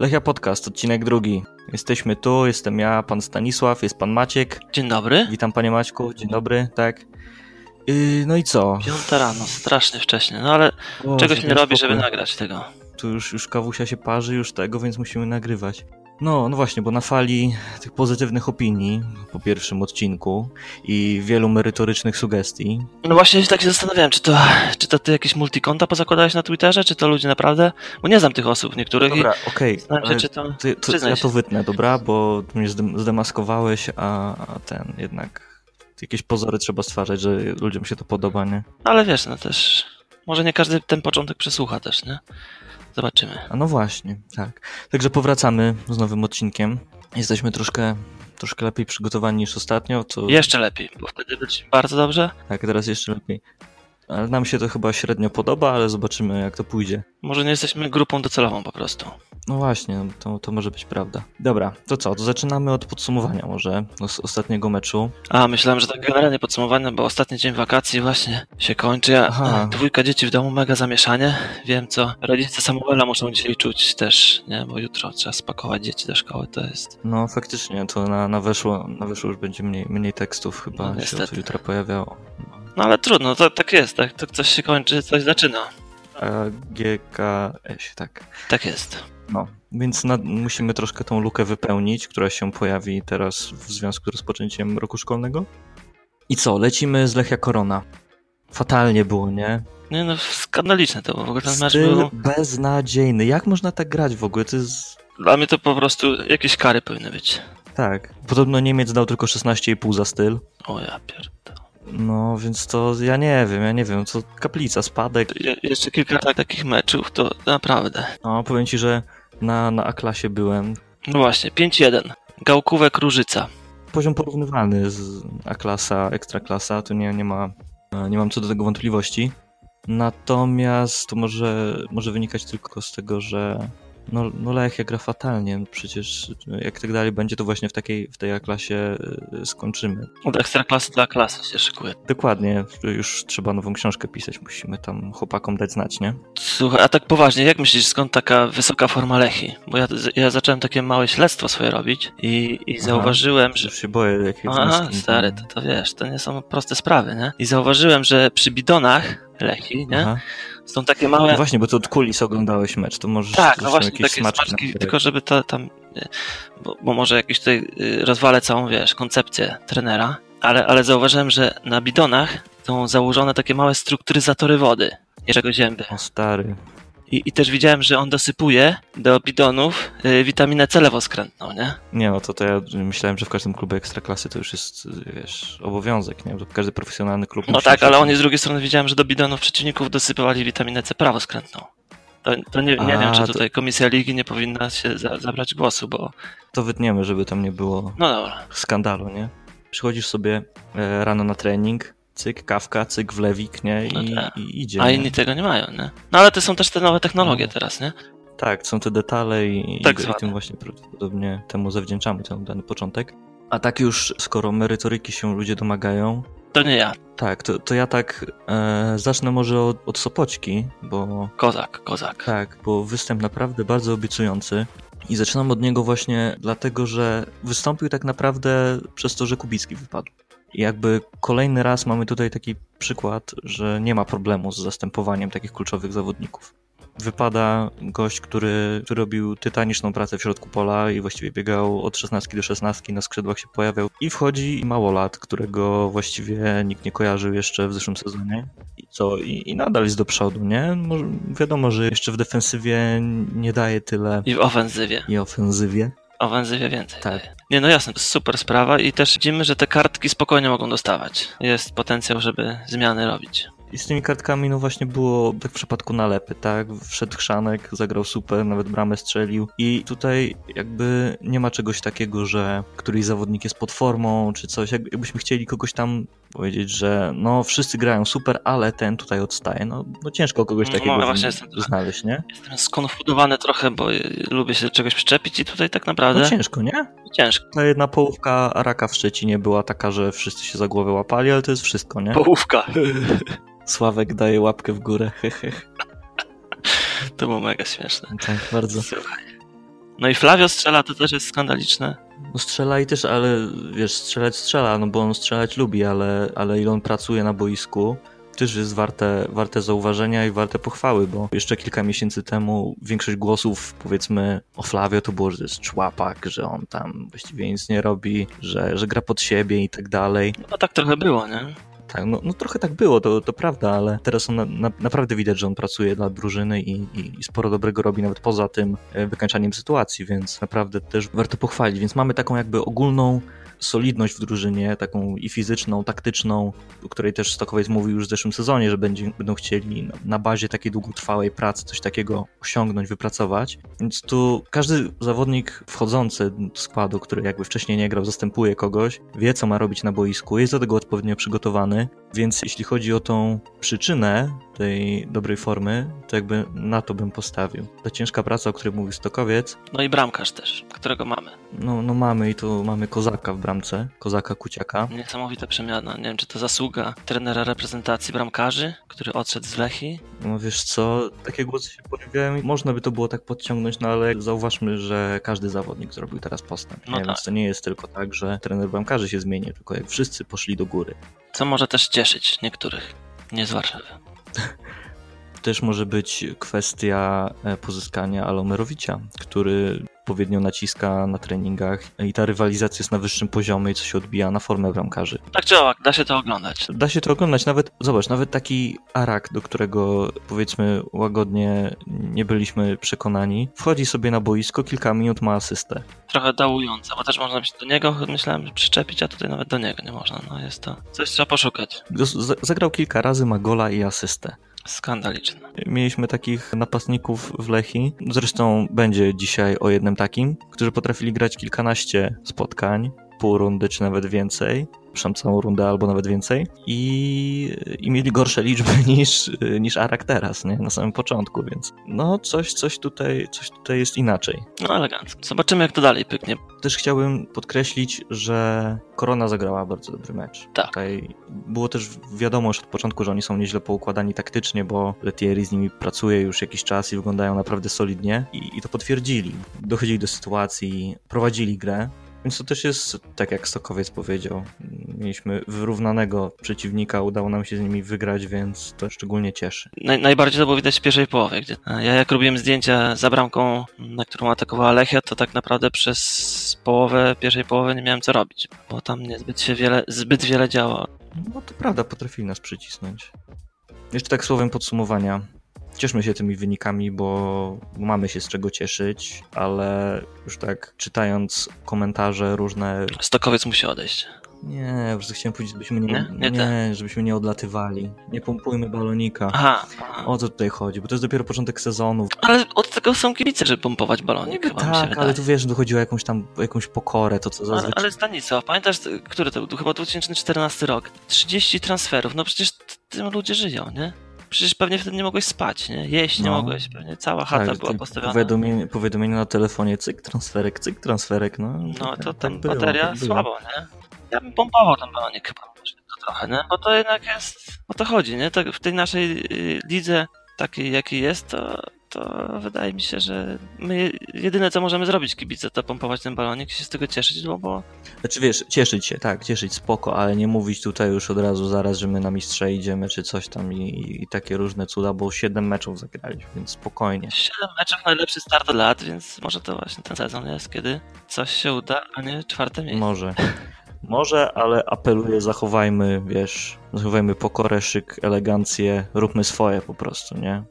Lechia Podcast, odcinek 2. Jesteśmy tu, jestem ja, pan Stanisław, jest pan Maciek. Dzień dobry. Witam panie Maćku, dzień dobry, tak. No i co? 5 rano, strasznie wcześnie, no ale czegoś nie robi, żeby nagrać tego. Tu już kawusia się parzy, już tego, więc musimy nagrywać. No właśnie, bo na fali tych pozytywnych opinii po pierwszym odcinku i wielu merytorycznych sugestii. No właśnie tak się zastanawiałem, czy to ty jakieś multikonta pozakładałeś na Twitterze, czy to ludzie naprawdę? Bo nie znam tych osób niektórych. Dobra, okej, ja to wytnę, dobra, bo mnie zdemaskowałeś, a ten jednak jakieś pozory trzeba stwarzać, że ludziom się to podoba, nie? Ale wiesz, no też może nie każdy ten początek przesłucha też, nie? Zobaczymy. A no właśnie, tak. Także powracamy z nowym odcinkiem. Jesteśmy troszkę lepiej przygotowani niż ostatnio. To... Jeszcze lepiej, bo wtedy byliśmy bardzo dobrze. Tak, teraz jeszcze lepiej. Ale nam się to chyba średnio podoba, ale zobaczymy, jak to pójdzie. Może nie jesteśmy grupą docelową po prostu. No właśnie, to może być prawda. Dobra, to co? To zaczynamy od podsumowania może z ostatniego meczu. A, myślałem, że tak generalnie podsumowanie, bo ostatni dzień wakacji właśnie się kończy. Dwójka dzieci w domu, mega zamieszanie. Wiem, co rodzice Samuela muszą dzisiaj czuć też, nie? Bo jutro trzeba spakować dzieci do szkoły, to jest... No faktycznie, to na weszło już będzie mniej tekstów chyba no, się od jutra pojawiało. No ale trudno, to tak jest, tak? To coś się kończy, coś zaczyna. GKS, tak. Tak jest. No, więc musimy troszkę tą lukę wypełnić, która się pojawi teraz w związku z rozpoczęciem roku szkolnego. I co, lecimy z Lechia Korona. Fatalnie było, nie? Nie no, skandaliczne to było. W ogóle ten mecz był... był... beznadziejny. Jak można tak grać w ogóle? To jest... Dla mnie to po prostu jakieś kary powinny być. Tak. Podobno Niemiec dał tylko 16,5 za styl. O ja pierdolę. No, więc to ja nie wiem, co kaplica, spadek. Jeszcze kilka takich meczów, to naprawdę. No, powiem ci, że na A-klasie byłem. No właśnie, 5-1. Gałkówek Różyca. Poziom porównywalny z A-klasa, Ekstraklasa, tu nie mam co do tego wątpliwości. Natomiast to może wynikać tylko z tego, że no Lechia gra fatalnie. Przecież jak tak dalej będzie, to właśnie w tej A-klasie skończymy. Od Ekstraklasy do A-klasy się szykuje. Dokładnie. Już trzeba nową książkę pisać. Musimy tam chłopakom dać znać, nie? Słuchaj, a tak poważnie, jak myślisz, skąd taka wysoka forma Lechii? Bo ja zacząłem takie małe śledztwo swoje robić i zauważyłem, że... Już się boję, jakie wnioski. Stary, to wiesz, to nie są proste sprawy, nie? I zauważyłem, że przy bidonach Lechii, nie? Aha. Są takie małe... No właśnie, bo to od kulis oglądałeś mecz, to możesz... Tak, no właśnie, takie smaczki tylko żeby to tam... Bo może jakiś tutaj rozwalę całą, wiesz, koncepcję trenera, ale zauważyłem, że na bidonach są założone takie małe strukturyzatory wody, Jerzego Zięby. O stary. I też widziałem, że on dosypuje do bidonów witaminę C lewoskrętną, nie? Nie, no to ja myślałem, że w każdym klubie Ekstraklasy to już jest, wiesz, obowiązek, nie? Każdy profesjonalny klub... No tak, ale oni z drugiej strony widziałem, że do bidonów przeciwników dosypywali witaminę C prawoskrętną. To nie wiem, czy tutaj Komisja Ligi nie powinna się zabrać głosu, bo... To wytniemy, żeby tam nie było skandalu, nie? Przychodzisz sobie rano na trening, cyk, kawka, cyk, wlewik, nie? I idzie. A inni tego nie mają, nie? No ale to są też te nowe technologie teraz, nie? Tak, są te detale i tym właśnie prawdopodobnie temu zawdzięczamy ten dany początek. A tak już, skoro merytoryki się ludzie domagają... To nie ja. Tak, to ja tak zacznę może od Sopoćki, bo... Kozak. Tak, bo występ naprawdę bardzo obiecujący. I zaczynam od niego właśnie dlatego, że wystąpił tak naprawdę przez to, że Kubicki wypadł. I jakby kolejny raz mamy tutaj taki przykład, że nie ma problemu z zastępowaniem takich kluczowych zawodników. Wypada gość, który robił tytaniczną pracę w środku pola i właściwie biegał od 16 do 16, na skrzydłach się pojawiał. I wchodzi Małolat, którego właściwie nikt nie kojarzył jeszcze w zeszłym sezonie. I nadal jest do przodu, nie? Wiadomo, że jeszcze w defensywie nie daje tyle. I w ofensywie. Ofensywie więcej. Tak. Daje. Nie, no jasne, to jest super sprawa i też widzimy, że te kartki spokojnie mogą dostawać. Jest potencjał, żeby zmiany robić. I z tymi kartkami no właśnie było tak w przypadku Nalepy, tak? Wszedł Chrzanek, zagrał super, nawet bramę strzelił i tutaj jakby nie ma czegoś takiego, że któryś zawodnik jest pod formą czy coś, jakbyśmy chcieli kogoś tam powiedzieć, że no wszyscy grają super, ale ten tutaj odstaje, no ciężko kogoś takiego znaleźć, nie? Jestem skonfudowany trochę, bo lubię się do czegoś przyczepić i tutaj tak naprawdę... No ciężko, nie? Ciężko. Ta jedna połówka Araka w Szczecinie była taka, że wszyscy się za głowę łapali, ale to jest wszystko, nie? Połówka. Sławek daje łapkę w górę. To było mega śmieszne. Tak, bardzo. Słuchaj. No i Flavio strzela, to też jest skandaliczne. No strzela i też, ale wiesz, strzela, no bo on strzelać lubi, ale ile on pracuje na boisku, też jest warte zauważenia i warte pochwały, bo jeszcze kilka miesięcy temu większość głosów, powiedzmy, o Flavio to było, że jest człapak, że on tam właściwie nic nie robi, że gra pod siebie i tak dalej. No tak trochę było, nie? Tak, no trochę tak było, to prawda, ale teraz on naprawdę widać, że on pracuje dla drużyny i sporo dobrego robi nawet poza tym wykańczaniem sytuacji, więc naprawdę też warto pochwalić. Więc mamy taką jakby ogólną solidność w drużynie, taką i fizyczną, taktyczną, o której też Stokowiec mówił już w zeszłym sezonie, że będą chcieli na bazie takiej długotrwałej pracy coś takiego osiągnąć, wypracować. Więc tu każdy zawodnik wchodzący do składu, który jakby wcześniej nie grał, zastępuje kogoś, wie co ma robić na boisku, jest do tego odpowiednio przygotowany, więc jeśli chodzi o tą przyczynę tej dobrej formy, to jakby na to bym postawił. Ta ciężka praca, o której mówił Stokowiec. No i bramkarz też, którego mamy. No mamy i tu mamy Kozaka w bramce, Kozaka Kuciaka. Niesamowita przemiana. Nie wiem, czy to zasługa trenera reprezentacji bramkarzy, który odszedł z Lechii. No wiesz co, takie głosy się pojawiają. Można by to było tak podciągnąć, no ale zauważmy, że każdy zawodnik zrobił teraz postęp. No tak. Więc to nie jest tylko tak, że trener bramkarzy się zmieni, tylko jak wszyscy poszli do góry. Co może też cieszyć niektórych, nie z Warszawy. Też może być kwestia pozyskania Alomerowicza, który odpowiednio naciska na treningach i ta rywalizacja jest na wyższym poziomie, co się odbija na formę bramkarzy. Tak czy owak, da się to oglądać. Da się to oglądać, nawet taki Arak, do którego powiedzmy łagodnie nie byliśmy przekonani, wchodzi sobie na boisko, kilka minut ma asystę. Trochę dołujące, bo też można się do niego, myślałem, przyczepić, a tutaj nawet do niego nie można. No jest to, coś trzeba poszukać. Zagrał kilka razy, ma gola i asystę. Skandaliczne. Mieliśmy takich napastników w Lechii, zresztą będzie dzisiaj o jednym takim, którzy potrafili grać kilkanaście spotkań, pół rundy czy nawet więcej, całą rundę albo nawet więcej i mieli gorsze liczby niż Arak teraz, nie? Na samym początku, więc no coś tutaj jest inaczej. No elegancko. Zobaczymy, jak to dalej pyknie. Też chciałbym podkreślić, że Korona zagrała bardzo dobry mecz. Tak. Tutaj było też wiadomo już od początku, że oni są nieźle poukładani taktycznie, bo Lethierry z nimi pracuje już jakiś czas i wyglądają naprawdę solidnie i to potwierdzili. Dochodzili do sytuacji, prowadzili grę. Więc to też jest, tak jak Stokowiec powiedział, mieliśmy wyrównanego przeciwnika, udało nam się z nimi wygrać, więc to szczególnie cieszy. Najbardziej to było widać w pierwszej połowie, gdzie ja jak robiłem zdjęcia za bramką, na którą atakowała Lechia, to tak naprawdę przez pierwszej połowy nie miałem co robić, bo tam zbyt wiele działo. No to prawda, potrafili nas przycisnąć. Jeszcze tak słowem podsumowania. Cieszmy się tymi wynikami, bo mamy się z czego cieszyć, ale już tak czytając komentarze różne... Stokowiec musi odejść. Nie, po prostu chciałem powiedzieć, żebyśmy nie odlatywali. Nie pompujmy balonika. Aha. O co tutaj chodzi? Bo to jest dopiero początek sezonu. Ale od tego są kibice, żeby pompować balonik. Niby tak, ale tu wiesz, dochodziło o jakąś pokorę, to co zazwyczaj... Ale Stanisław, pamiętasz, który to był? Chyba 2014 rok. 30 transferów, no przecież tym ludzie żyją, nie? Przecież pewnie wtedy nie mogłeś spać, nie? Jeść nie mogłeś, pewnie cała chata była postawiona. Powiadomienie na telefonie, cyk, transferek, no. No to tam było, bateria słabo, nie? Ja bym pompował ten balonik chyba to trochę, nie? Bo to jednak jest, o to chodzi, nie? To w tej naszej lidze takiej, jakiej jest, to wydaje mi się, że my jedyne co możemy zrobić kibice, to pompować ten balonik i się z tego cieszyć, bo... Znaczy wiesz, cieszyć spoko, ale nie mówić tutaj już od razu zaraz, że my na mistrza idziemy czy coś tam i takie różne cuda, bo 7 meczów zagraliśmy, więc spokojnie. 7 meczów, najlepszy start od lat, więc może to właśnie ten sezon jest, kiedy coś się uda, a nie 4. miejsce. Może, ale apeluję, zachowajmy pokorę, szyk, elegancję, róbmy swoje po prostu, nie?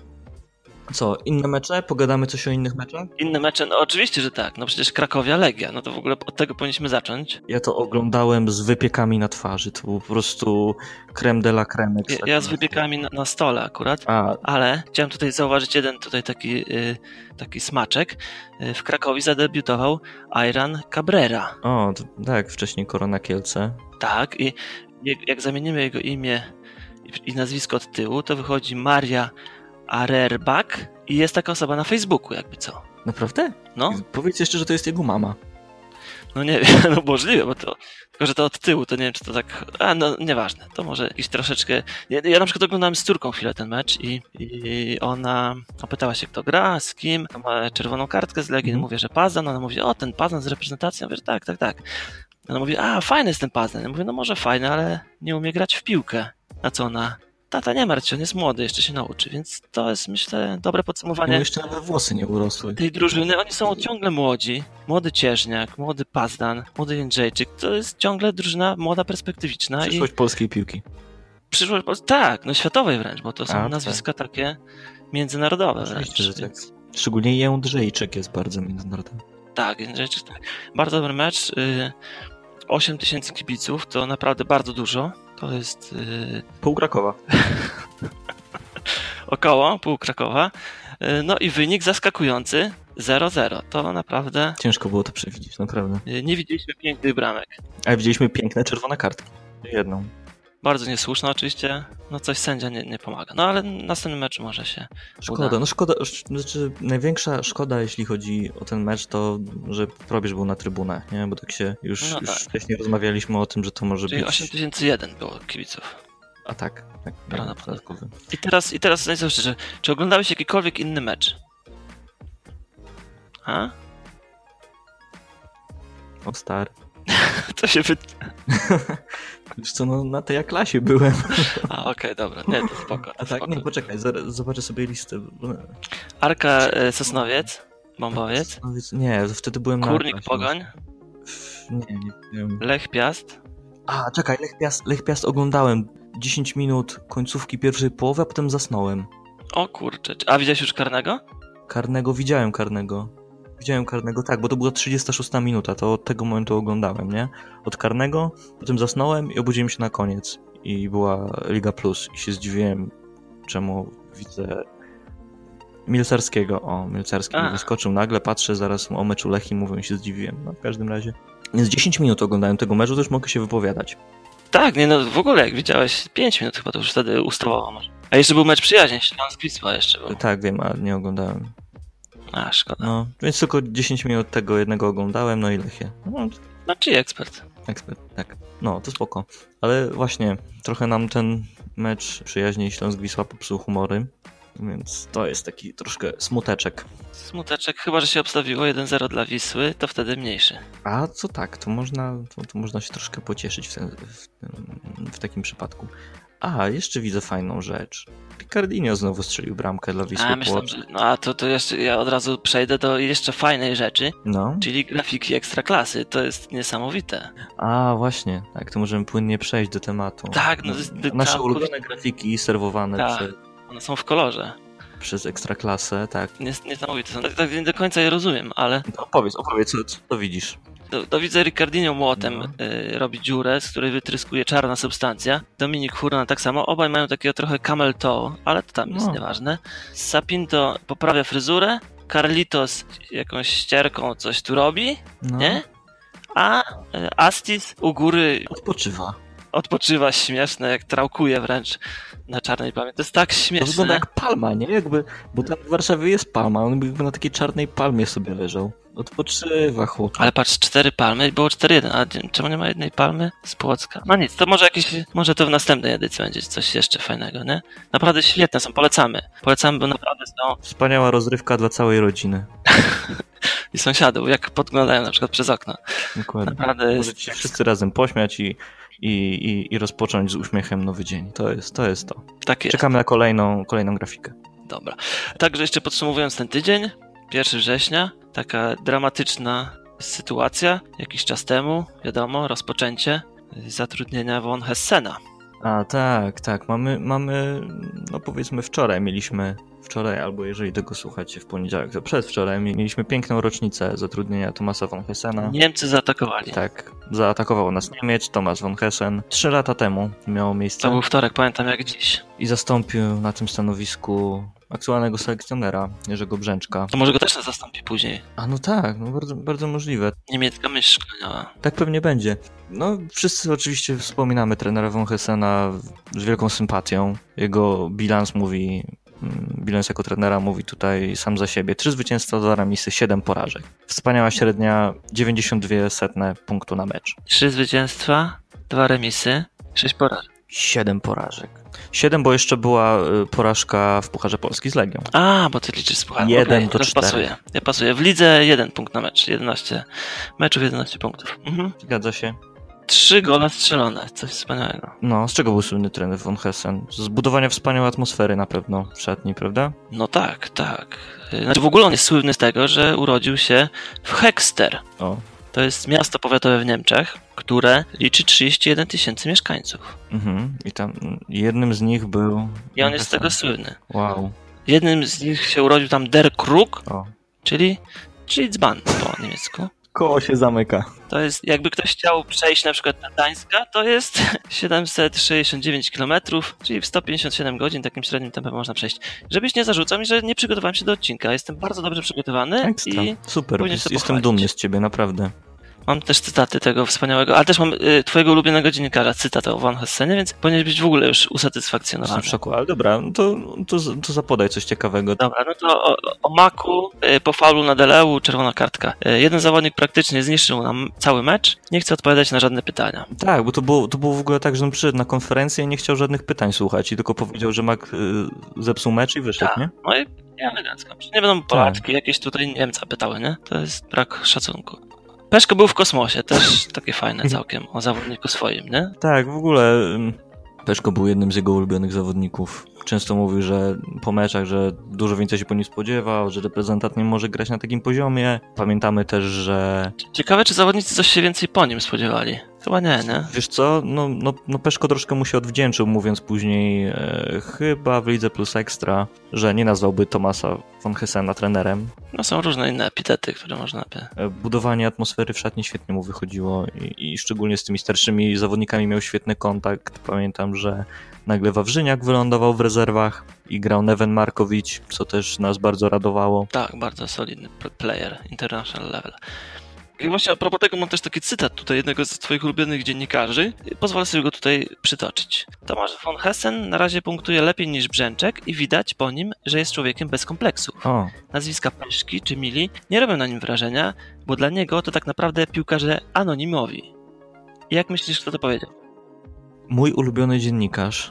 Co, inne mecze? Pogadamy coś o innych meczach? Inne mecze? No oczywiście, że tak. No przecież Krakowia, Legia. No to w ogóle od tego powinniśmy zacząć. Ja to oglądałem z wypiekami na twarzy. To był po prostu creme de la creme. Ja z wypiekami na stole akurat. Ale chciałem tutaj zauważyć jeden tutaj taki smaczek. W Krakowi zadebiutował Ayran Cabrera. O, tak, wcześniej Korona Kielce. Tak, i jak zamienimy jego imię i nazwisko od tyłu, to wychodzi Maria Arerbak i jest taka osoba na Facebooku, jakby co. Naprawdę? No. Powiedz jeszcze, że to jest jego mama. No nie wiem, no możliwe, bo to... Tylko, że to od tyłu, to nie wiem, czy to tak... no nieważne, to może jakiś troszeczkę... Ja na przykład oglądałem z córką chwilę ten mecz i ona pytała się, kto gra, z kim, to ma czerwoną kartkę z Legii, mówię, że Pazdan, ona mówi, ten Pazdan z reprezentacją, mówię, że tak. Ona mówi, fajny jest ten Pazdan. Ja mówię, no może fajny, ale nie umie grać w piłkę. Na co ona... Tata, nie martw się, on jest młody, jeszcze się nauczy, więc to jest, myślę, dobre podsumowanie. No jeszcze nawet włosy nie urosły. Tej drużyny, oni są ciągle młodzi. Młody Cieżniak, młody Pazdan, młody Jędrzejczyk. To jest ciągle drużyna młoda, perspektywiczna. Przyszłość polskiej piłki. Tak, no światowej wręcz, bo to są nazwiska takie międzynarodowe wręcz. Że tak. Szczególnie Jędrzejczyk jest bardzo międzynarodowy. Tak, Jędrzejczyk, tak. Bardzo dobry mecz. 8 000 kibiców, to naprawdę bardzo dużo. To jest... Pół Krakowa. Około, pół Krakowa. No i wynik zaskakujący 0-0. To naprawdę... Ciężko było to przewidzieć, naprawdę. Nie widzieliśmy pięknych bramek. Ale widzieliśmy piękne czerwone kartki. Jedną. Bardzo niesłuszne oczywiście. No coś sędzia nie pomaga. No ale następny mecz może się Szkoda, znaczy największa szkoda, jeśli chodzi o ten mecz, to, że Probierz był na trybunach, nie? Bo tak się już wcześniej rozmawialiśmy o tym, że to może czyli być... 8001 było kibiców. A tak. Prawdopodobnie. I teraz najpierw szczerze, czy oglądałeś jakikolwiek inny mecz? O stary. To się Wiesz co, no na tej klasie byłem. Okej, dobra. Nie, to spoko. A tak, nie, poczekaj, zobaczę sobie listę. Arka Sosnowiec, Bombowiec. Nie, wtedy byłem Kurnik na Pogoń. Nie wiem. Lech Piast. Czekaj, Lech Piast oglądałem 10 minut końcówki pierwszej połowy, a potem zasnąłem. O kurczę. A widziałeś już karnego? Widziałem karnego. Tak, bo to była 36 minuta, to od tego momentu oglądałem, nie? Od karnego, potem zasnąłem i obudziłem się na koniec. I była Liga Plus i się zdziwiłem, czemu widzę Milcarskiego. Milcarski mi wyskoczył nagle, patrzę zaraz o meczu Lechii, mówię, się zdziwiłem. No w każdym razie. Więc 10 minut oglądałem tego meczu, to już mogę się wypowiadać. Tak, w ogóle jak widziałeś 5 minut chyba, to już wtedy ustawało. A jeszcze był mecz przyjaźni, Śląsk-Wisła jeszcze był. Tak, wiem, ale nie oglądałem. Szkoda. No, więc tylko 10 minut tego jednego oglądałem, no i Lechię. No, czyli ekspert. Tak. No, to spoko. Ale właśnie, trochę nam ten mecz przyjaźni Śląsk-Wisła popsuł humory, więc to jest taki troszkę smuteczek. Smuteczek, chyba że się obstawiło 1-0 dla Wisły, to wtedy mniejszy. A co tak, to można się troszkę pocieszyć w takim przypadku. Jeszcze widzę fajną rzecz. Ricardinho znowu strzelił bramkę dla Wisły Płock. To jeszcze ja od razu przejdę do jeszcze fajnej rzeczy, czyli grafiki Ekstraklasy. To jest niesamowite. Właśnie, tak, to możemy płynnie przejść do tematu. Tak, nasze ulubione grafiki serwowane one są w kolorze. Przez Ekstraklasę, tak. Niesamowite są. Tak nie do końca je rozumiem, ale... Opowiedz, co to widzisz? To widzę Ricardinho młotem robi dziurę, z której wytryskuje czarna substancja. Dominik Furlan tak samo. Obaj mają takiego trochę camel toe, ale to tam jest nieważne. Sapinto poprawia fryzurę. Carlitos jakąś ścierką coś tu robi, nie? A Astis u góry odpoczywa śmieszne, jak trałkuje wręcz na czarnej palmie. To jest tak śmieszne. To wygląda jak palma, nie? Bo tam w Warszawie jest palma, on by na takiej czarnej palmie sobie leżał. Odpoczywa chłop. Ale patrz, 4 palmy, było 4-1, a czemu nie ma jednej palmy z Płocka? No nic, to może to w następnej edycji będzie coś jeszcze fajnego, nie? Naprawdę świetne są, polecamy, bo naprawdę są... Wspaniała rozrywka dla całej rodziny. I sąsiadów, jak podglądają na przykład przez okno. Dokładnie. Naprawdę możecie się wszyscy razem pośmiać i rozpocząć z uśmiechem nowy dzień. To jest to. Tak jest. Czekamy na kolejną grafikę. Dobra. Także jeszcze podsumowując ten tydzień, 1 września, taka dramatyczna sytuacja, jakiś czas temu, wiadomo, rozpoczęcie zatrudnienia von Hessena. Tak. Mamy, no powiedzmy wczoraj, albo jeżeli tego słuchacie w poniedziałek, to przedwczoraj mieliśmy piękną rocznicę zatrudnienia Thomasa von Hessena. Niemcy zaatakowali. Tak, zaatakował nas Niemiec, Thomas von Hessen. 3 lata temu miało miejsce. To był wtorek, pamiętam jak dziś. I zastąpił na tym stanowisku aktualnego selekcjonera Jerzego Brzęczka. To może go też zastąpi później. Tak, bardzo, bardzo możliwe. Niemiecka myśl szkoleniowa. Tak pewnie będzie. Wszyscy oczywiście wspominamy trenera von Hessena z wielką sympatią. Jego bilans mówi bilans jako trenera mówi tutaj sam za siebie. 3 zwycięstwa, 2 remisy, 7 porażek. Wspaniała średnia, 92% punktu na mecz. 3 zwycięstwa, 2 remisy, 6 porażek. 7 porażek. 7, bo jeszcze była porażka w Pucharze Polski z Legią. A, bo ty liczysz z Pucharem. 1 do 4. Pasuje. Ja pasuję. W lidze 1 punkt na mecz. 11 meczów, 11 punktów. Zgadza się. 3 gole strzelone. Coś wspaniałego. No, z czego był słynny trener von Hessen? Z budowania wspaniałej atmosfery na pewno w szatni, prawda? No tak. Znaczy w ogóle on jest słynny z tego, że urodził się w Höxter. O. To jest miasto powiatowe w Niemczech, które liczy 31 000 mieszkańców. I tam jednym z nich był... I on jest z tego słynny. Wow. Jednym z nich się urodził tam Der Krug, O. czyli dzban po niemiecku. Koło się zamyka. To jest, jakby ktoś chciał przejść na przykład do Gdańska, to jest 769 km, czyli w 157 godzin takim średnim tempem można przejść. Żebyś nie zarzucał mi, że nie przygotowałem się do odcinka. Jestem bardzo dobrze przygotowany. Ekstra. I super, jestem pochwalić. dumny z ciebie, naprawdę. Mam też cytaty tego wspaniałego, ale też mam twojego ulubionego dziennikarza, cytat o Von Hessenie, więc powinieneś być w ogóle już usatysfakcjonowany. Jestem w szoku, ale dobra, to zapodaj coś ciekawego. Dobra, no to o Maku, po faulu na Deleu, czerwona kartka. Jeden zawodnik praktycznie zniszczył nam cały mecz, nie chce odpowiadać na żadne pytania. Tak, bo to było w ogóle tak, że on przyszedł na konferencję i nie chciał żadnych pytań słuchać i tylko powiedział, że Mak zepsuł mecz i wyszedł, nie? No i elegancko. Nie wiadomo, Polaczki jakieś tutaj Niemca pytały, nie? To jest brak szacunku. Peszko był w kosmosie, też takie fajne całkiem, o zawodniku swoim, nie? Tak, w ogóle Peszko był jednym z jego ulubionych zawodników. Często mówił, że po meczach, że dużo więcej się po nim spodziewał, że reprezentant nie może grać na takim poziomie. Pamiętamy też, że... Ciekawe, czy zawodnicy coś się więcej po nim spodziewali. Chyba nie? Wiesz co, no Peszko troszkę mu się odwdzięczył, mówiąc później chyba w Lidze Plus Ekstra, że nie nazwałby Thomasa von Hessena trenerem. No są różne inne epitety, które można by... Budowanie atmosfery w szatni świetnie mu wychodziło i szczególnie z tymi starszymi zawodnikami miał świetny kontakt. Pamiętam, że nagle Wawrzyniak wylądował w rezerwach i grał Neven Markowicz, co też nas bardzo radowało. Tak, bardzo solidny player, international level. I właśnie a propos tego mam też taki cytat tutaj jednego z twoich ulubionych dziennikarzy. Pozwolę sobie go tutaj przytoczyć. Tomasz von Hessen na razie punktuje lepiej niż Brzęczek i widać po nim, że jest człowiekiem bez kompleksów. O. Nazwiska Peszki czy Mili nie robią na nim wrażenia, bo dla niego to tak naprawdę piłkarze anonimowi. I jak myślisz, kto to powiedział? Mój ulubiony dziennikarz.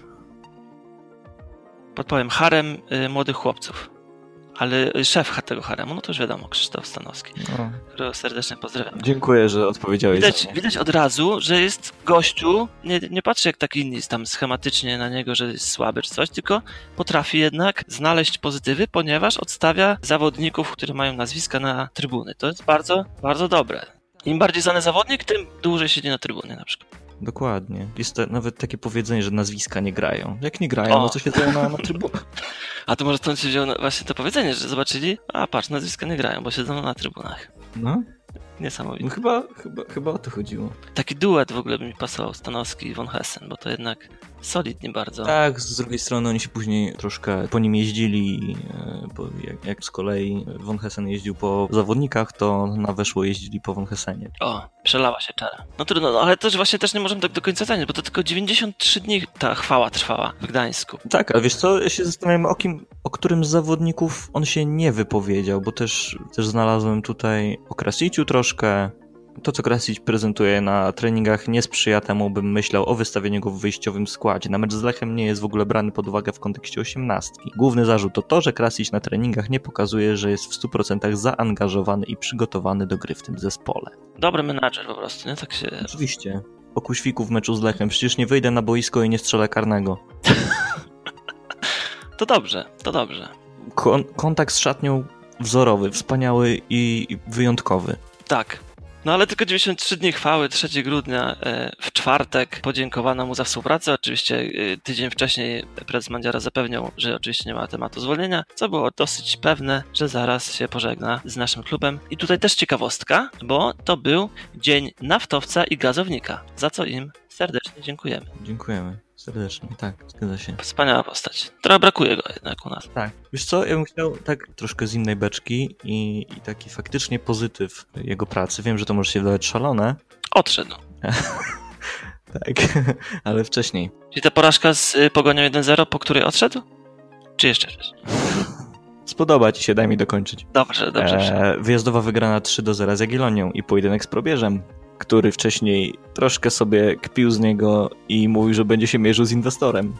Podpowiem, harem młodych chłopców. Ale szef tego haremu, no to już wiadomo, Krzysztof Stanowski, którego serdecznie pozdrawiam. Dziękuję, że odpowiedziałeś. Widać od razu, że jest gościu, nie patrzy jak taki inni tam schematycznie na niego, że jest słaby czy coś, tylko potrafi jednak znaleźć pozytywy, ponieważ odstawia zawodników, którzy mają nazwiska na trybuny. To jest bardzo, bardzo dobre. Im bardziej znany zawodnik, tym dłużej siedzi na trybunie na przykład. Dokładnie. Jest nawet takie powiedzenie, że nazwiska nie grają. Jak nie grają, no to siedzą na trybunach. A to może stąd się wzięło właśnie to powiedzenie, że zobaczyli, a patrz, nazwiska nie grają, bo siedzą na trybunach. No. Niesamowite. No chyba o to chodziło. Taki duet w ogóle by mi pasował, Stanowski i von Hessen, bo to jednak solidnie bardzo. Tak, z drugiej strony oni się później troszkę po nim jeździli, jak z kolei von Hessen jeździł po zawodnikach, to na Weszło jeździli po von Hessenie. O, przelała się czara. No trudno, ale też właśnie też nie możemy tak do końca zająć, bo to tylko 93 dni ta chwała trwała w Gdańsku. Tak, ale wiesz co, ja się zastanawiam o którym z zawodników on się nie wypowiedział, bo też znalazłem tutaj o Krasiciu troszkę. To, co Krasić prezentuje na treningach, nie sprzyja temu, bym myślał o wystawieniu go w wyjściowym składzie. Na mecz z Lechem nie jest w ogóle brany pod uwagę w kontekście 18. Główny zarzut to to, że Krasić na treningach nie pokazuje, że jest w 100% zaangażowany i przygotowany do gry w tym zespole. Dobry menadżer po prostu, nie? Tak się... Oczywiście. O Kuświku w meczu z Lechem. Przecież nie wyjdę na boisko i nie strzelę karnego. To dobrze, to dobrze. Kontakt z szatnią wzorowy, wspaniały i wyjątkowy. Tak. No ale tylko 93 dni chwały, 3 grudnia, w czwartek podziękowano mu za współpracę. Oczywiście tydzień wcześniej prezes Mandziara zapewniał, że oczywiście nie ma tematu zwolnienia, co było dosyć pewne, że zaraz się pożegna z naszym klubem. I tutaj też ciekawostka, bo to był dzień naftowca i gazownika, za co im serdecznie dziękujemy. Dziękujemy. Serdecznie, tak, zgadza się. Wspaniała postać. Trochę brakuje go jednak u nas. Tak. Wiesz co, ja bym chciał tak troszkę z innej beczki i taki faktycznie pozytyw jego pracy. Wiem, że to może się wydawać szalone. Odszedł. Tak, ale wcześniej. Czyli ta porażka z Pogonią 1-0, po której odszedł? Czy jeszcze wcześniej? Spodoba ci się, daj mi dokończyć. Dobrze. Wyjazdowa wygrana 3-0 z Jagiellonią i pojedynek z Probierzem, który wcześniej troszkę sobie kpił z niego i mówił, że będzie się mierzył z Inwestorem.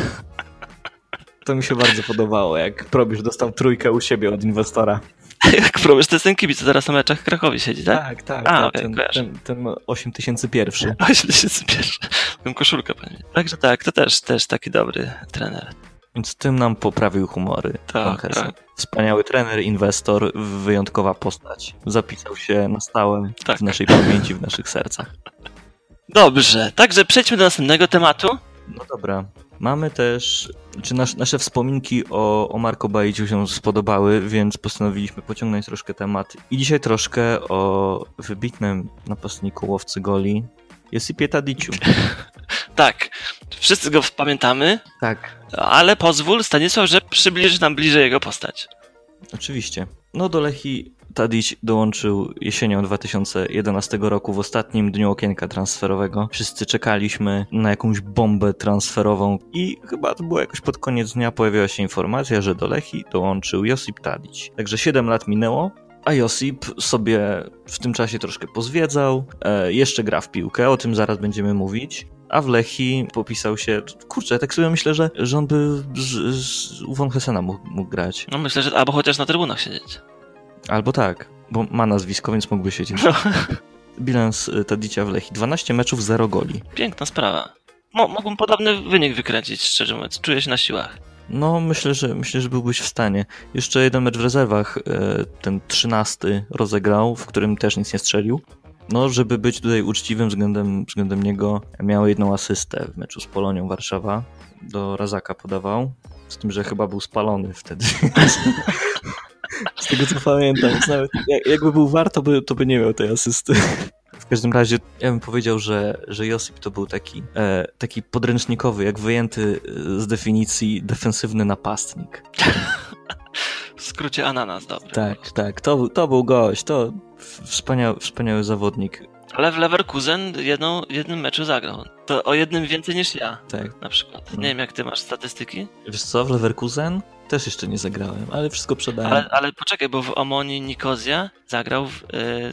To mi się bardzo podobało, jak Probierz dostał 3 u siebie od Inwestora. Jak Probierz, to jest ten kibic, co teraz na meczach w Krakowie siedzi, tak? Tak. Okay, ten 8001. 8001. Tą koszulkę pewnie. Także tak, to też taki dobry trener. Więc tym nam poprawił humory. Tak. Wspaniały trener, inwestor, wyjątkowa postać. Zapisał się na stałe w naszej pamięci, w naszych sercach. Dobrze, także przejdźmy do następnego tematu. No dobra. Mamy też, nasze wspominki o Marco Bajiciu się spodobały, więc postanowiliśmy pociągnąć troszkę temat. I dzisiaj troszkę o wybitnym napastniku, łowcy goli, Josipie Tadiciu. Tak, wszyscy go pamiętamy. Tak. Ale pozwól, Stanisław, że przybliżysz nam bliżej jego postać. Oczywiście. No do Lechii Tadić dołączył jesienią 2011 roku w ostatnim dniu okienka transferowego. Wszyscy czekaliśmy na jakąś bombę transferową i chyba to było jakoś pod koniec dnia pojawiła się informacja, że do Lechii dołączył Josip Tadić. Także 7 lat minęło, a Josip sobie w tym czasie troszkę pozwiedzał, jeszcze gra w piłkę, o tym zaraz będziemy mówić. A w Lechii popisał się... Kurczę, tak sobie myślę, że on by u Von Hessena mógł grać. No myślę, że albo chociaż na trybunach siedzieć. Albo tak, bo ma nazwisko, więc mógłby siedzieć. No. Bilans Tadicia w Lechii. 12 meczów, 0 goli. Piękna sprawa. Mógłbym podobny wynik wykręcić, szczerze mówiąc. Czuję się na siłach. No, myślę, że byłbyś w stanie. Jeszcze jeden mecz w rezerwach, ten 13 rozegrał, w którym też nic nie strzelił. No, żeby być tutaj uczciwym względem niego, miał 1 asystę w meczu z Polonią Warszawa. Do Razaka podawał, z tym, że chyba był spalony wtedy. Z tego co pamiętam, nawet jakby był war, to by nie miał tej asysty. W każdym razie ja bym powiedział, że Josip to był taki podręcznikowy, jak wyjęty z definicji defensywny napastnik. W skrócie ananas, dobry. Tak, to był gość, to wspaniały zawodnik. Ale w Leverkusen jednym meczu zagrał. To o jednym więcej niż ja. Tak. Na przykład. Nie wiem, jak ty masz statystyki. Wiesz co, w Leverkusen też jeszcze nie zagrałem, ale wszystko przedałem. Ale poczekaj, bo w Omonii Nikozja zagrał w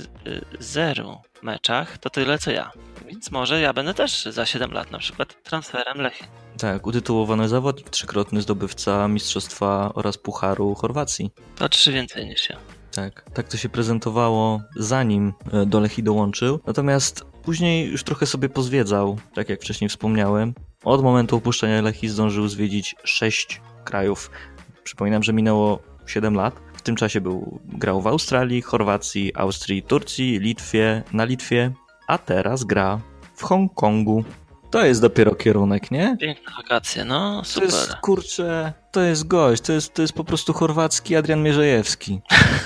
0 meczach, to tyle co ja. Więc może ja będę też za 7 lat na przykład transferem Lechii. Tak, utytułowany zawodnik, 3-krotny zdobywca mistrzostwa oraz pucharu Chorwacji. To 3 więcej niż ja. Tak to się prezentowało zanim do Lechii dołączył. Natomiast później już trochę sobie pozwiedzał, tak jak wcześniej wspomniałem. Od momentu opuszczenia Lechii zdążył zwiedzić 6 krajów. Przypominam, że minęło 7 lat. W tym czasie grał w Australii, Chorwacji, Austrii, Turcji, na Litwie, a teraz gra w Hongkongu. To jest dopiero kierunek, nie? Piękne wakacje, no super. To jest, kurczę, to jest gość, to jest po prostu chorwacki Adrian Mierzejewski.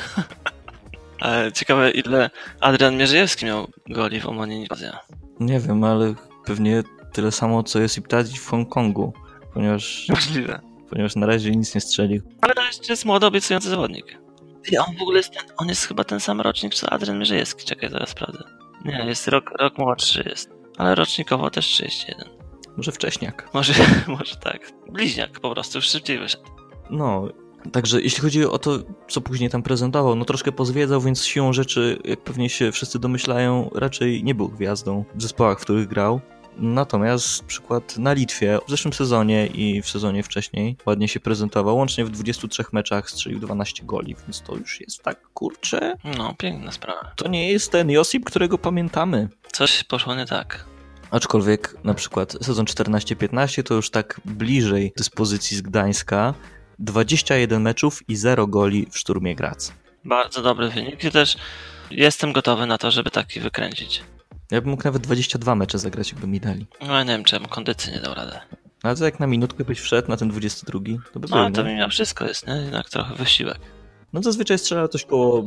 Ale ciekawe, ile Adrian Mierzejewski miał goli w Omonii Nikozja. Nie wiem, ale pewnie tyle samo, co Josip Tadić w Hongkongu, Możliwe. Ponieważ na razie nic nie strzelił. Ale to jest młody, obiecujący zawodnik. I on w ogóle on jest chyba ten sam rocznik, co Adrian Mierzejewski. Czekaj, zaraz sprawdzę. Nie, jest rok młodszy jest. Ale rocznikowo też 31. Może wcześniak. Może tak. Bliźniak po prostu, już szybciej wyszedł. No, także jeśli chodzi o to, co później tam prezentował, no troszkę pozwiedzał, więc siłą rzeczy, jak pewnie się wszyscy domyślają, raczej nie był gwiazdą w zespołach, w których grał. Natomiast przykład na Litwie w zeszłym sezonie i w sezonie wcześniej ładnie się prezentował. Łącznie w 23 meczach strzelił 12 goli, więc to już jest tak, kurczę. No, piękna sprawa. To nie jest ten Josip, którego pamiętamy. Coś poszło nie tak. Aczkolwiek na przykład sezon 14-15 to już tak bliżej dyspozycji z Gdańska. 21 meczów i 0 goli w Szturmie Graz. Bardzo dobry wynik i też jestem gotowy na to, żeby taki wykręcić. Ja bym mógł nawet 22 mecze zagrać, jakby mi dali. No ja nie wiem, czemu kondycji nie dał radę. Ale to jak na minutkę byś wszedł na ten 22, to by był, ale to mi na wszystko jest, nie? Jednak trochę wysiłek. No zazwyczaj strzela coś koło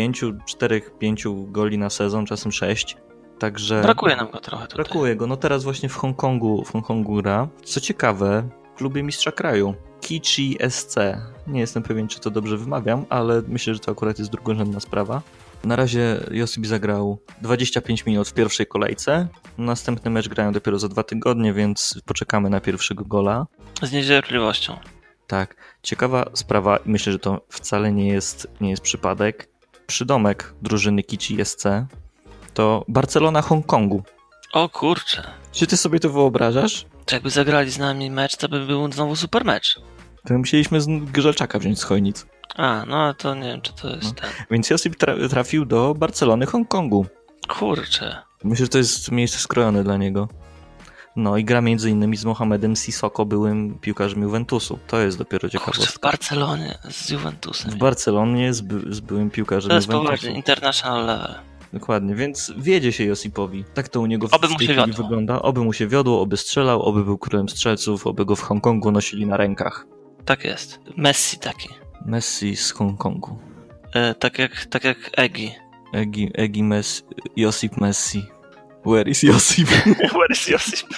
4-5 goli na sezon, czasem 6. Także... Brakuje nam go trochę tutaj. Brakuje go. No teraz właśnie w Hongkongu gra. Co ciekawe, w klubie mistrza kraju. Kichi SC. Nie jestem pewien, czy to dobrze wymawiam, ale myślę, że to akurat jest drugorzędna sprawa. Na razie Josip zagrał 25 minut w pierwszej kolejce. Następny mecz grają dopiero za 2 tygodnie, więc poczekamy na pierwszego gola. Z niecierpliwością. Tak, ciekawa sprawa i myślę, że to wcale nie jest przypadek. Przydomek drużyny Kici SC to Barcelona Hongkongu. O kurczę. Czy ty sobie to wyobrażasz? Czy jakby zagrali z nami mecz, to by był znowu super mecz. To musieliśmy z Grzelczaka wziąć z Chojnic. A, no to nie wiem, czy to jest ten. Więc Josip trafił do Barcelony Hongkongu. Kurczę. Myślę, że to jest miejsce skrojone dla niego. No i gra między innymi z Mohamedem Sissoko, byłym piłkarzem Juventusu. To jest dopiero ciekawostka. Kurczę, w Barcelonie z Juventusem. W Barcelonie z byłym piłkarzem To jest Juventusu. poważnie international level. Dokładnie, więc wiedzie się Josipowi. Tak to u niego Oby w mu tej się chwili wiodło. wygląda. Oby mu się wiodło, oby strzelał, oby był królem strzelców, oby go w Hongkongu nosili na rękach. Tak jest. Messi taki. Messi z Hongkongu. Tak jak Egi. Egi Messi, Josip Messi. Where is Josip? Where is Josip?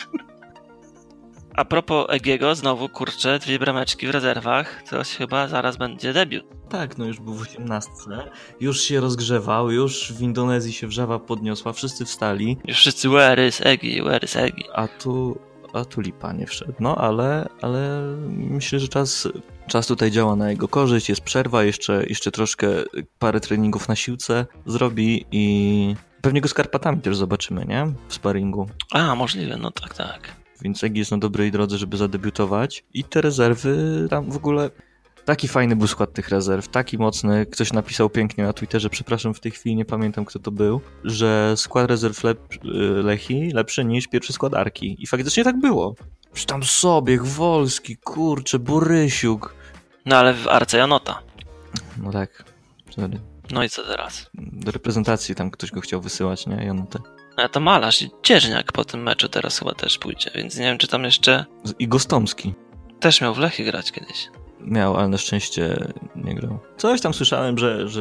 A propos Egiego, znowu kurczę, 2 brameczki w rezerwach. Coś chyba zaraz będzie debiut. Tak, no już był w 18. Już się rozgrzewał, już w Indonezji się wrzawa podniosła, wszyscy wstali. Już wszyscy where is Egi, where is Egi. A tu lipa nie wszedł. No ale myślę, że czas tutaj działa na jego korzyść, jest przerwa, jeszcze troszkę parę treningów na siłce zrobi i pewnie go z Karpatami też zobaczymy, nie? W sparingu. A, możliwe, no tak. Więc Egi jest na dobrej drodze, żeby zadebiutować i te rezerwy tam w ogóle... Taki fajny był skład tych rezerw, taki mocny. Ktoś napisał pięknie na Twitterze, przepraszam, w tej chwili nie pamiętam, kto to był, że skład rezerw Lechii lepszy niż pierwszy skład Arki. I faktycznie tak było. Już tam Sobiech, Wolski, kurczę, Borysiuk. No ale w Arce Janota. No tak, sorry. No i co teraz? Do reprezentacji tam ktoś go chciał wysyłać, nie? Janotę. A to Malarz i Cieżniak po tym meczu teraz chyba też pójdzie, więc nie wiem, czy tam jeszcze... I Gostomski. Też miał w Lechii grać kiedyś. Miał, ale na szczęście nie grał. Coś tam słyszałem,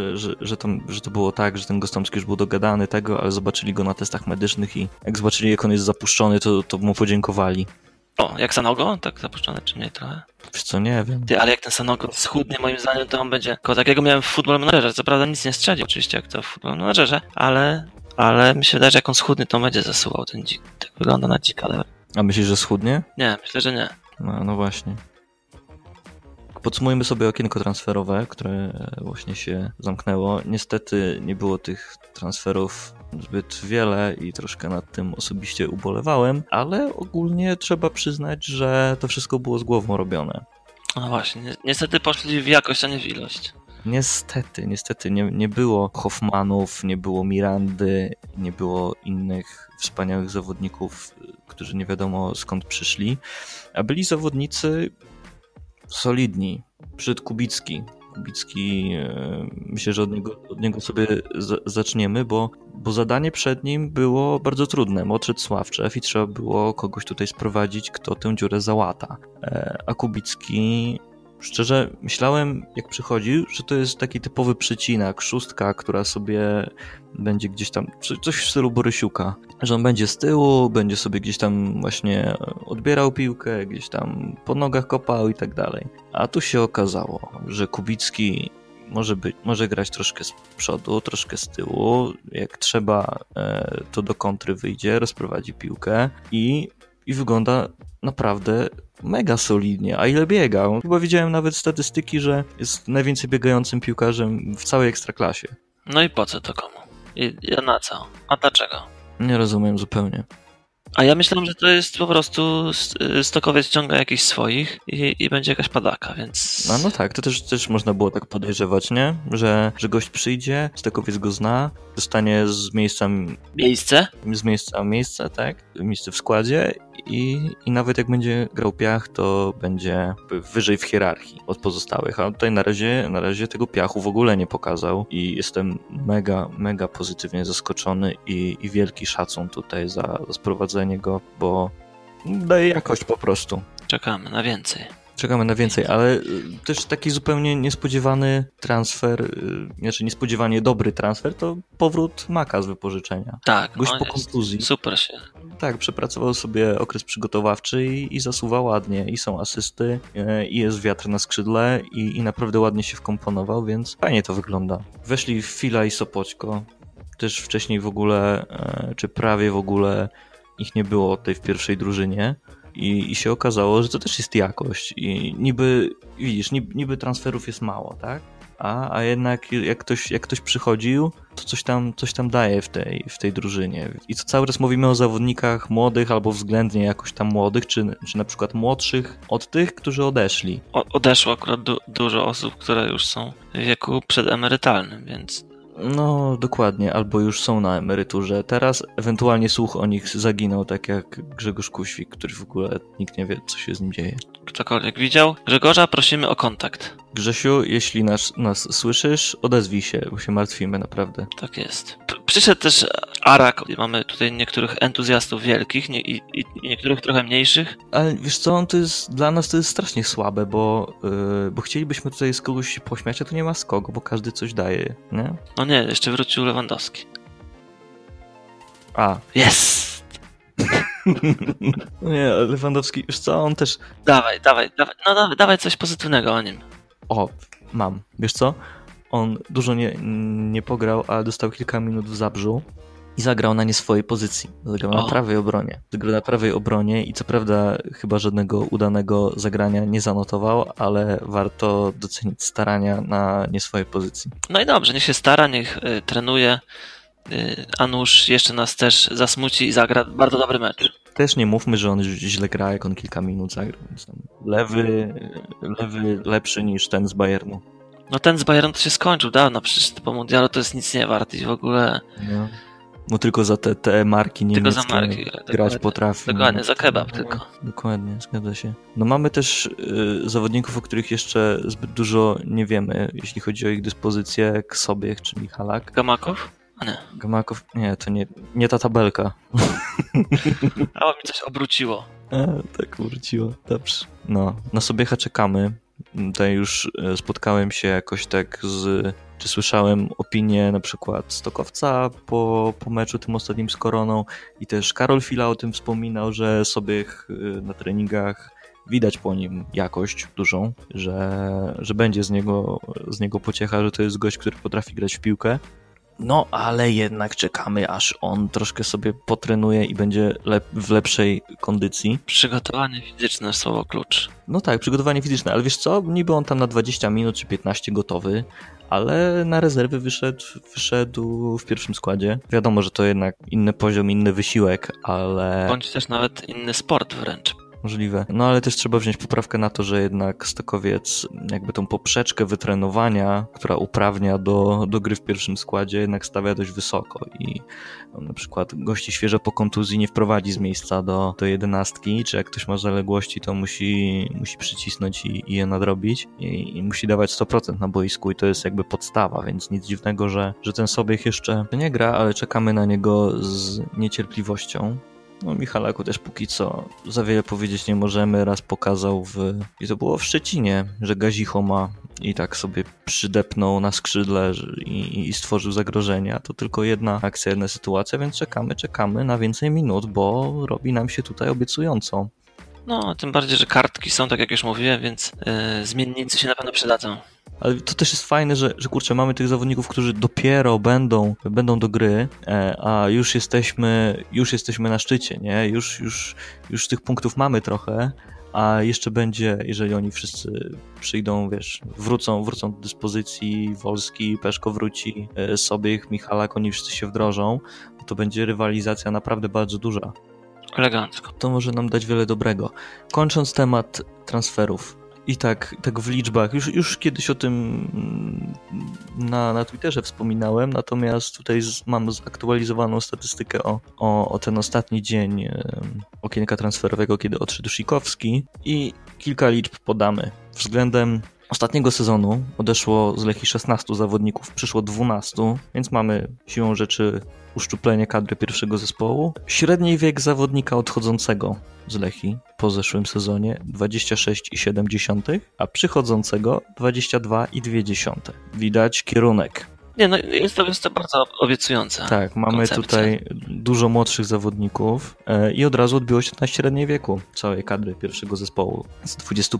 że to było tak, że ten Gostomski już był dogadany tego, ale zobaczyli go na testach medycznych i jak zobaczyli, jak on jest zapuszczony, to mu podziękowali. O, jak Sanogo? Tak zapuszczony, czy mniej trochę? Wiesz co, nie wiem. Ty, ale jak ten Sanogo schudnie, moim zdaniem, to on będzie... Takiego miałem w Football Managerze. Co prawda nic nie strzelił, oczywiście, jak to w Football Managerze, ale mi się wydaje, że jak on schudnie, to on będzie zasuwał ten dzik. Tak wygląda na dzika, ale... A myślisz, że schudnie? Nie, myślę, że nie. No właśnie. Podsumujmy sobie okienko transferowe, które właśnie się zamknęło. Niestety nie było tych transferów zbyt wiele i troszkę nad tym osobiście ubolewałem, ale ogólnie trzeba przyznać, że to wszystko było z głową robione. No właśnie, niestety poszli w jakość, a nie w ilość. Niestety nie było Hoffmanów, nie było Mirandy, nie było innych wspaniałych zawodników, którzy nie wiadomo skąd przyszli, a byli zawodnicy solidni. Przyszedł Kubicki. Myślę, że od niego sobie zaczniemy, bo zadanie przed nim było bardzo trudne. Odszedł Sławczew i trzeba było kogoś tutaj sprowadzić, kto tę dziurę załata. A Kubicki, szczerze myślałem, jak przychodził, że to jest taki typowy przycinak, szóstka, która sobie będzie gdzieś tam, coś w stylu Borysiuka, że on będzie z tyłu, będzie sobie gdzieś tam właśnie odbierał piłkę, gdzieś tam po nogach kopał i tak dalej. A tu się okazało, że Kubicki może grać troszkę z przodu, troszkę z tyłu, jak trzeba, to do kontry wyjdzie, rozprowadzi piłkę i wygląda naprawdę mega solidnie. A ile biega? Chyba widziałem nawet statystyki, że jest najwięcej biegającym piłkarzem w całej Ekstraklasie. No i po co to komu? I na co? A dlaczego? Nie rozumiem zupełnie. A ja myślałem, że to jest po prostu Stokowiec ściąga jakichś swoich i będzie jakaś padaka, więc... No tak, to też można było tak podejrzewać, nie? Że gość przyjdzie, Stokowiec go zna, dostanie z miejsca... Miejsce, tak? Miejsce w składzie i nawet jak będzie grał Piach, to będzie wyżej w hierarchii od pozostałych, a tutaj na razie tego Piachu w ogóle nie pokazał i jestem mega pozytywnie zaskoczony i wielki szacun tutaj za sprowadzenie go, bo daje jakość po prostu. Czekamy na więcej, ale też taki zupełnie niespodziewany transfer, niespodziewanie dobry transfer, to powrót Maka z wypożyczenia. Tak, gość po kontuzji. Super się. Tak, przepracował sobie okres przygotowawczy i zasuwa ładnie, i są asysty, i jest wiatr na skrzydle i naprawdę ładnie się wkomponował, więc fajnie to wygląda. Weszli Fila i Sopoćko, też wcześniej w ogóle, czy prawie w ogóle ich nie było tutaj w pierwszej drużynie. i się okazało, że to też jest jakość i niby, widzisz, niby transferów jest mało, tak? A jednak jak ktoś przychodził, to coś tam daje w tej drużynie. I to cały czas mówimy o zawodnikach młodych albo względnie jakoś tam młodych, czy na przykład młodszych od tych, którzy odeszli. Odeszło akurat dużo osób, które już są w wieku przedemerytalnym, więc... No, dokładnie, albo już są na emeryturze. Teraz ewentualnie słuch o nich zaginął, tak jak Grzegorz Kuświk, który w ogóle nikt nie wie, co się z nim dzieje. Ktokolwiek widział Grzegorza, prosimy o kontakt. Grzesiu, jeśli nas słyszysz, odezwij się, bo się martwimy naprawdę. Tak jest. Przyszedł też Arak. Mamy tutaj niektórych entuzjastów wielkich i niektórych trochę mniejszych. Ale wiesz co, dla nas to jest strasznie słabe, bo chcielibyśmy tutaj z kogoś pośmiać, a tu nie ma z kogo, bo każdy coś daje, nie? No nie, jeszcze wrócił Lewandowski. A. Jest! No nie, Lewandowski, wiesz co, on też... Dawaj coś pozytywnego o nim. O, mam. Wiesz co? On dużo nie pograł, ale dostał kilka minut w Zabrzu i zagrał na nie swojej pozycji. Zagrał na prawej obronie. Zagrał na prawej obronie i co prawda chyba żadnego udanego zagrania nie zanotował, ale warto docenić starania na nie swojej pozycji. No i dobrze, niech się stara, niech trenuje, a nuż jeszcze nas też zasmuci i zagra bardzo dobry mecz. Też nie mówmy, że on źle gra, jak on kilka minut zagrał. Lewy lepszy niż ten z Bayernu. No ten z Bayernu to się skończył dawno, przecież po mundialu to jest nic nie wart i w ogóle... No. Bo tylko za te marki niemieckie tylko za marki, grać potrafi. Dokładnie, za kebab tylko. Dokładnie, zgadza się. No mamy też zawodników, o których jeszcze zbyt dużo nie wiemy, jeśli chodzi o ich dyspozycję, jak Sobiech czy Michalak. Gamakow? A nie. Gamakow? Nie, to nie ta tabelka. A mi coś obróciło. Tak obróciło, dobrze. No, na Sobiecha czekamy. Tutaj już spotkałem się jakoś tak czy słyszałem opinię na przykład Stokowca po meczu tym ostatnim z Koroną i też Karol Fila o tym wspominał, że Sobiech na treningach widać po nim jakość dużą, że będzie z niego pociecha, że to jest gość, który potrafi grać w piłkę. No, ale jednak czekamy, aż on troszkę sobie potrenuje i będzie w lepszej kondycji. Przygotowanie fizyczne, słowo klucz. No tak, przygotowanie fizyczne, ale wiesz co? Niby on tam na 20 minut czy 15 gotowy, ale na rezerwy wyszedł w pierwszym składzie. Wiadomo, że to jednak inny poziom, inny wysiłek, ale... Bądź też nawet inny sport wręcz. Możliwe. No ale też trzeba wziąć poprawkę na to, że jednak Stokowiec jakby tą poprzeczkę wytrenowania, która uprawnia do gry w pierwszym składzie, jednak stawia dość wysoko i na przykład gości świeżo po kontuzji nie wprowadzi z miejsca do 11, czy jak ktoś ma zaległości, to musi przycisnąć i je nadrobić i musi dawać 100% na boisku i to jest jakby podstawa, więc nic dziwnego, że ten Sobiech jeszcze nie gra, ale czekamy na niego z niecierpliwością. No Michalaku też póki co za wiele powiedzieć nie możemy. Raz pokazał i to było w Szczecinie, że Gazicho ma i tak sobie przydepnął na skrzydle i stworzył zagrożenie. A to tylko jedna akcja, jedna sytuacja, więc czekamy na więcej minut, bo robi nam się tutaj obiecująco. No, tym bardziej, że kartki są, tak jak już mówiłem, więc zmiennicy się na pewno przydadzą. Ale to też jest fajne, że kurczę, mamy tych zawodników, którzy dopiero będą do gry, a już jesteśmy na szczycie, nie? Już tych punktów mamy trochę, a jeszcze będzie, jeżeli oni wszyscy przyjdą, wiesz, wrócą do dyspozycji, Wolski, Peszko wróci, Sobiech, Michalak, oni wszyscy się wdrożą, to będzie rywalizacja naprawdę bardzo duża. Elegancko. To może nam dać wiele dobrego. Kończąc temat transferów, i tak w liczbach, już kiedyś o tym na Twitterze wspominałem, natomiast tutaj mam zaktualizowaną statystykę o ten ostatni dzień okienka transferowego, kiedy odszedł Szikowski i kilka liczb podamy. Względem ostatniego sezonu odeszło z Lechii 16 zawodników, przyszło 12, więc mamy siłą rzeczy uszczuplenie kadry pierwszego zespołu. Średni wiek zawodnika odchodzącego z Lechii po zeszłym sezonie 26,7, a przychodzącego 22,2. Widać kierunek. Nie, no jest to bardzo obiecujące. Tak, mamy koncepcja. Tutaj dużo młodszych zawodników i od razu odbiło się na średniej wieku całej kadry pierwszego zespołu z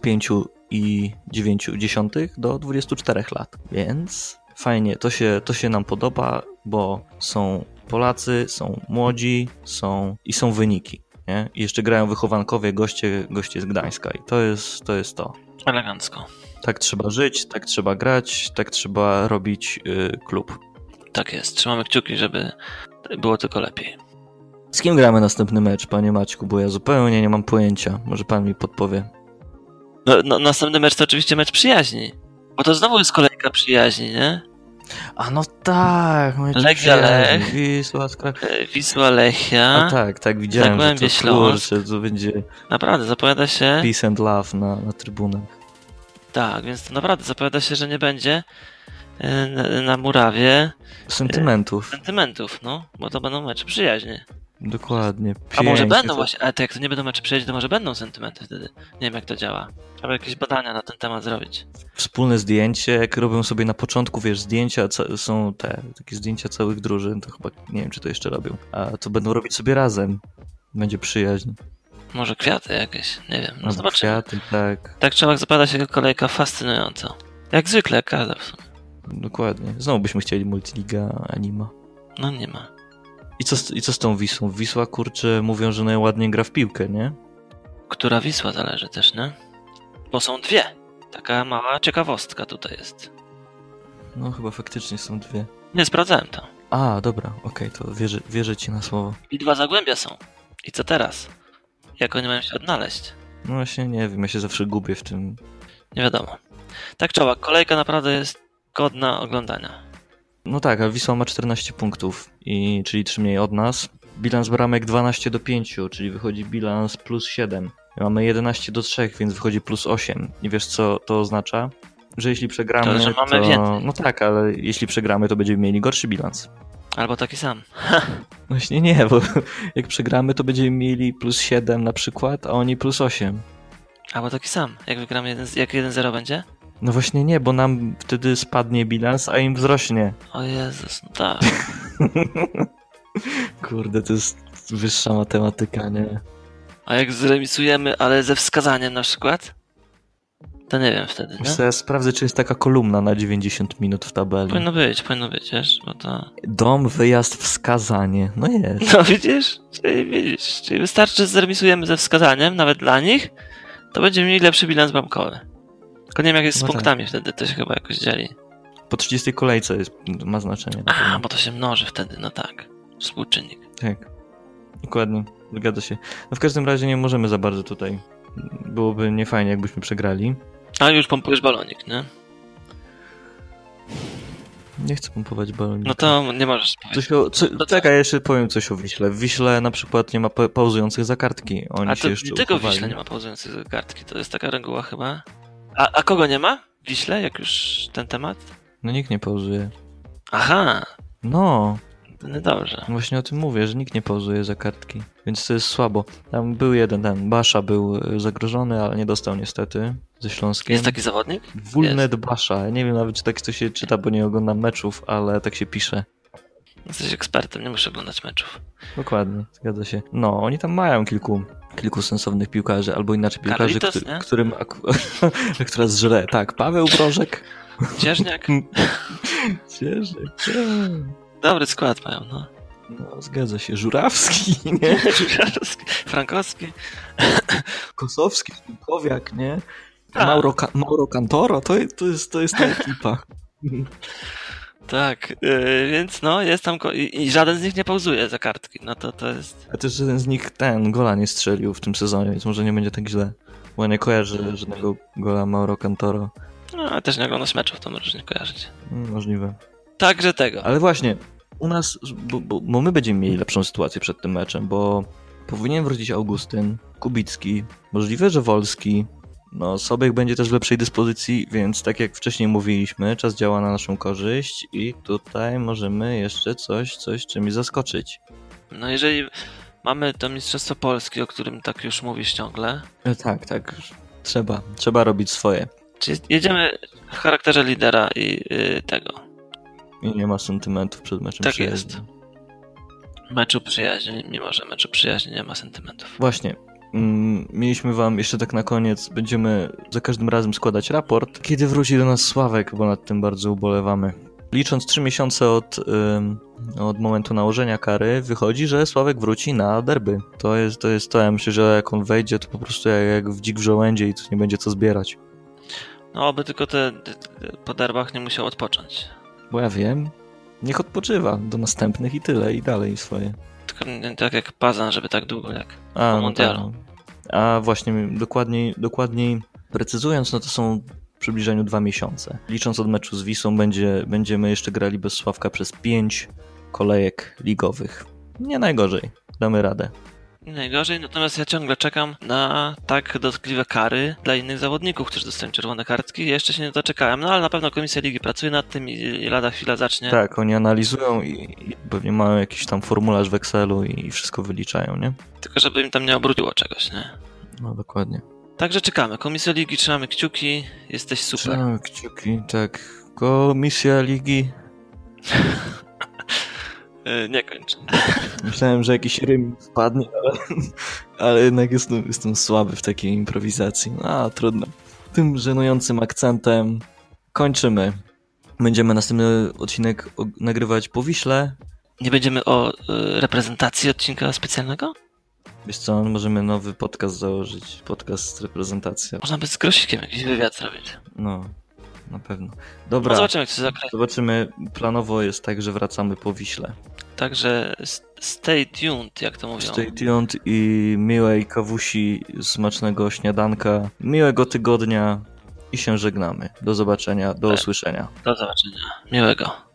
25,9 do 24 lat, więc fajnie, to się nam podoba, bo są Polacy, są młodzi, są wyniki. nie? I jeszcze grają wychowankowie, goście z Gdańska i to jest to. Elegancko. Tak trzeba żyć, tak trzeba grać, tak trzeba robić klub. Tak jest. Trzymamy kciuki, żeby było tylko lepiej. Z kim gramy następny mecz, panie Maćku? Bo ja zupełnie nie mam pojęcia. Może pan mi podpowie. No, następny mecz to oczywiście mecz przyjaźni. Bo to znowu jest kolejka przyjaźni, nie? A no tak, mecz Legia przyjaźni. Lech. Wisła Lechia. A tak, widziałem, Zagłębie że Śląsk. to będzie Naprawdę, zapowiada się... peace and love na trybunach. Tak, więc to naprawdę zapowiada się, że nie będzie na murawie sentymentów, no, bo to będą mecze przyjaźnie. Dokładnie. A może będą właśnie, ale to jak to nie będą mecze przyjaźni, to może będą sentymenty wtedy. Nie wiem, jak to działa. Trzeba jakieś badania na ten temat zrobić. Wspólne zdjęcie, jak robią sobie na początku, wiesz, zdjęcia, są takie zdjęcia całych drużyn, to chyba, nie wiem, czy to jeszcze robią, a to będą robić sobie razem. Będzie przyjaźń. Może kwiaty jakieś, nie wiem, no zobaczymy. Kwiaty, tak. Tak trzeba zapowiada się kolejka fascynująca. Jak zwykle, każda w sumie. Dokładnie. Znowu byśmy chcieli Multiliga, a nie ma. No nie ma. I co z tą Wisłą? Wisła, kurczę, mówią, że najładniej gra w piłkę, nie? Która Wisła zależy też, nie? Bo są dwie. Taka mała ciekawostka tutaj jest. No chyba faktycznie są dwie. Nie, sprawdzałem to. A, dobra, okej, to wierzę ci na słowo. I 2 Zagłębia są. I co teraz? Jak oni mają się odnaleźć? No właśnie nie wiem, ja się zawsze gubię w tym. Nie wiadomo. Tak czy owak, kolejka naprawdę jest godna oglądania. No tak, a Wisła ma 14 punktów, czyli 3 mniej od nas. Bilans bramek 12-5, czyli wychodzi bilans plus 7. Mamy 11-3, więc wychodzi plus 8. I wiesz co to oznacza? Że jeśli przegramy, to... Że mamy więcej. No tak, ale jeśli przegramy, to będziemy mieli gorszy bilans. Albo taki sam. Właśnie nie, bo jak przegramy, to będziemy mieli plus 7 na przykład, a oni plus 8. Albo taki sam. Jak wygramy jak 1-0 będzie? No właśnie nie, bo nam wtedy spadnie bilans, a im wzrośnie. O Jezus, no tak. Kurde, to jest wyższa matematyka, nie? A jak zremisujemy, ale ze wskazaniem na przykład? To nie wiem wtedy, nie? Ja sprawdzę, czy jest taka kolumna na 90 minut w tabeli. Powinno być, wiesz, bo to... Dom, wyjazd, wskazanie. No jest. No widzisz? Czyli wystarczy, że zremisujemy ze wskazaniem, nawet dla nich, to będziemy mieli lepszy bilans bramkowy. Tylko nie wiem, jak jest z punktami wtedy, to się chyba jakoś dzieli. Po 30 kolejce ma znaczenie. A, bo to się mnoży wtedy, no tak. Współczynnik. Tak. Dokładnie. Zgadza się. No w każdym razie nie możemy za bardzo tutaj. Byłoby niefajnie, jakbyśmy przegrali. A już pompujesz balonik, nie? Nie chcę pompować balonika. No to nie możesz powiedzieć. Czekaj, ja jeszcze powiem coś o Wiśle. W Wiśle na przykład nie ma pauzujących za kartki. Oni a się to jeszcze tylko w uchowali. Wiśle nie ma pauzujących za kartki. To jest taka reguła chyba. A kogo nie ma w Wiśle, jak już ten temat? No nikt nie pauzuje. Aha, No, to niedobrze. właśnie o tym mówię, że nikt nie pauzuje za kartki. Więc to jest słabo. Tam był ten Basza był zagrożony, ale nie dostał niestety ze Śląskiem. Jest taki zawodnik? Wulnet Basza. Ja nie wiem nawet, czy tak to się czyta, bo nie oglądam meczów, ale tak się pisze. Jesteś ekspertem, nie muszę oglądać meczów. Dokładnie, zgadza się. No, oni tam mają kilku sensownych piłkarzy, albo inaczej piłkarzy, Carlitos, którym która zżre. Tak, Paweł Brożek. Cieżniak? Cieżniak. Dobry skład mają, no. No, zgadza się. Żurawski, nie? Żurawski, Frankowski. Kosowski, Spółkowiak, nie? Tak. Mauro Cantoro, to jest ta ekipa. Tak, więc no, jest tam i żaden z nich nie pauzuje za kartki, no to jest... A też żaden z nich gola nie strzelił w tym sezonie, więc może nie będzie tak źle. Bo ja nie kojarzę żadnego gola Mauro Cantoro. No, ale też nie oglądasz meczów, to możesz nie kojarzyć. Możliwe. Także tego. Ale właśnie, u nas, bo my będziemy mieli lepszą sytuację przed tym meczem, bo powinien wrócić Augustyn, Kubicki, możliwe, że Wolski. No, Sobiech będzie też w lepszej dyspozycji, więc tak jak wcześniej mówiliśmy, czas działa na naszą korzyść i tutaj możemy jeszcze coś czymś zaskoczyć. No jeżeli mamy to Mistrzostwo Polski, o którym tak już mówisz ciągle. Tak. Trzeba robić swoje. Czyli jedziemy w charakterze lidera i tego. I nie ma sentymentów przed meczem Tak przyjaźni. jest. Meczu przyjaźni, mimo że meczu przyjaźni nie ma sentymentów. Właśnie. Mieliśmy wam jeszcze tak na koniec, będziemy za każdym razem składać raport, kiedy wróci do nas Sławek, bo nad tym bardzo ubolewamy. Licząc 3 miesiące od momentu nałożenia kary, wychodzi, że Sławek wróci na derby. To jest to. Ja myślę, że jak on wejdzie, to po prostu jak w dzik w żołędzie i tu nie będzie co zbierać. No, aby tylko po derbach nie musiał odpocząć. Bo ja wiem, niech odpoczywa do następnych i tyle, i dalej swoje. Tylko nie tak jak Pazan, żeby tak długo jak po Mundialu. A właśnie, dokładniej precyzując, no to są w przybliżeniu 2 miesiące. Licząc od meczu z Wisłą, będziemy jeszcze grali bez Sławka przez 5 kolejek ligowych. Nie najgorzej, damy radę. Nie najgorzej, natomiast ja ciągle czekam na tak dotkliwe kary dla innych zawodników, którzy dostają czerwone kartki. Jeszcze się nie doczekałem, no ale na pewno Komisja Ligi pracuje nad tym i lada chwila zacznie. Tak, oni analizują i pewnie mają jakiś tam formularz w Excelu i wszystko wyliczają, nie? Tylko żeby im tam nie obrudziło czegoś, nie? No dokładnie. Także czekamy. Komisja Ligi, trzymamy kciuki. Jesteś super. Trzymamy kciuki, tak. Komisja Ligi. Nie kończę. Myślałem, że jakiś rym wpadnie, ale jednak jestem słaby w takiej improwizacji. No, trudno. Tym żenującym akcentem kończymy. Będziemy następny odcinek nagrywać po Wiśle. Nie będziemy o reprezentacji odcinka specjalnego? Wiesz co, możemy nowy podcast założyć. Podcast reprezentacja. Można by z Grosikiem jakiś wywiad zrobić. No, na pewno. Dobra. No zobaczymy, jak się zakręci. Zobaczymy. Planowo jest tak, że wracamy po Wiśle. Także stay tuned, jak to mówią. Stay tuned i miłej kawusi, smacznego śniadanka, miłego tygodnia i się żegnamy. Do zobaczenia, do usłyszenia. Do zobaczenia. Miłego.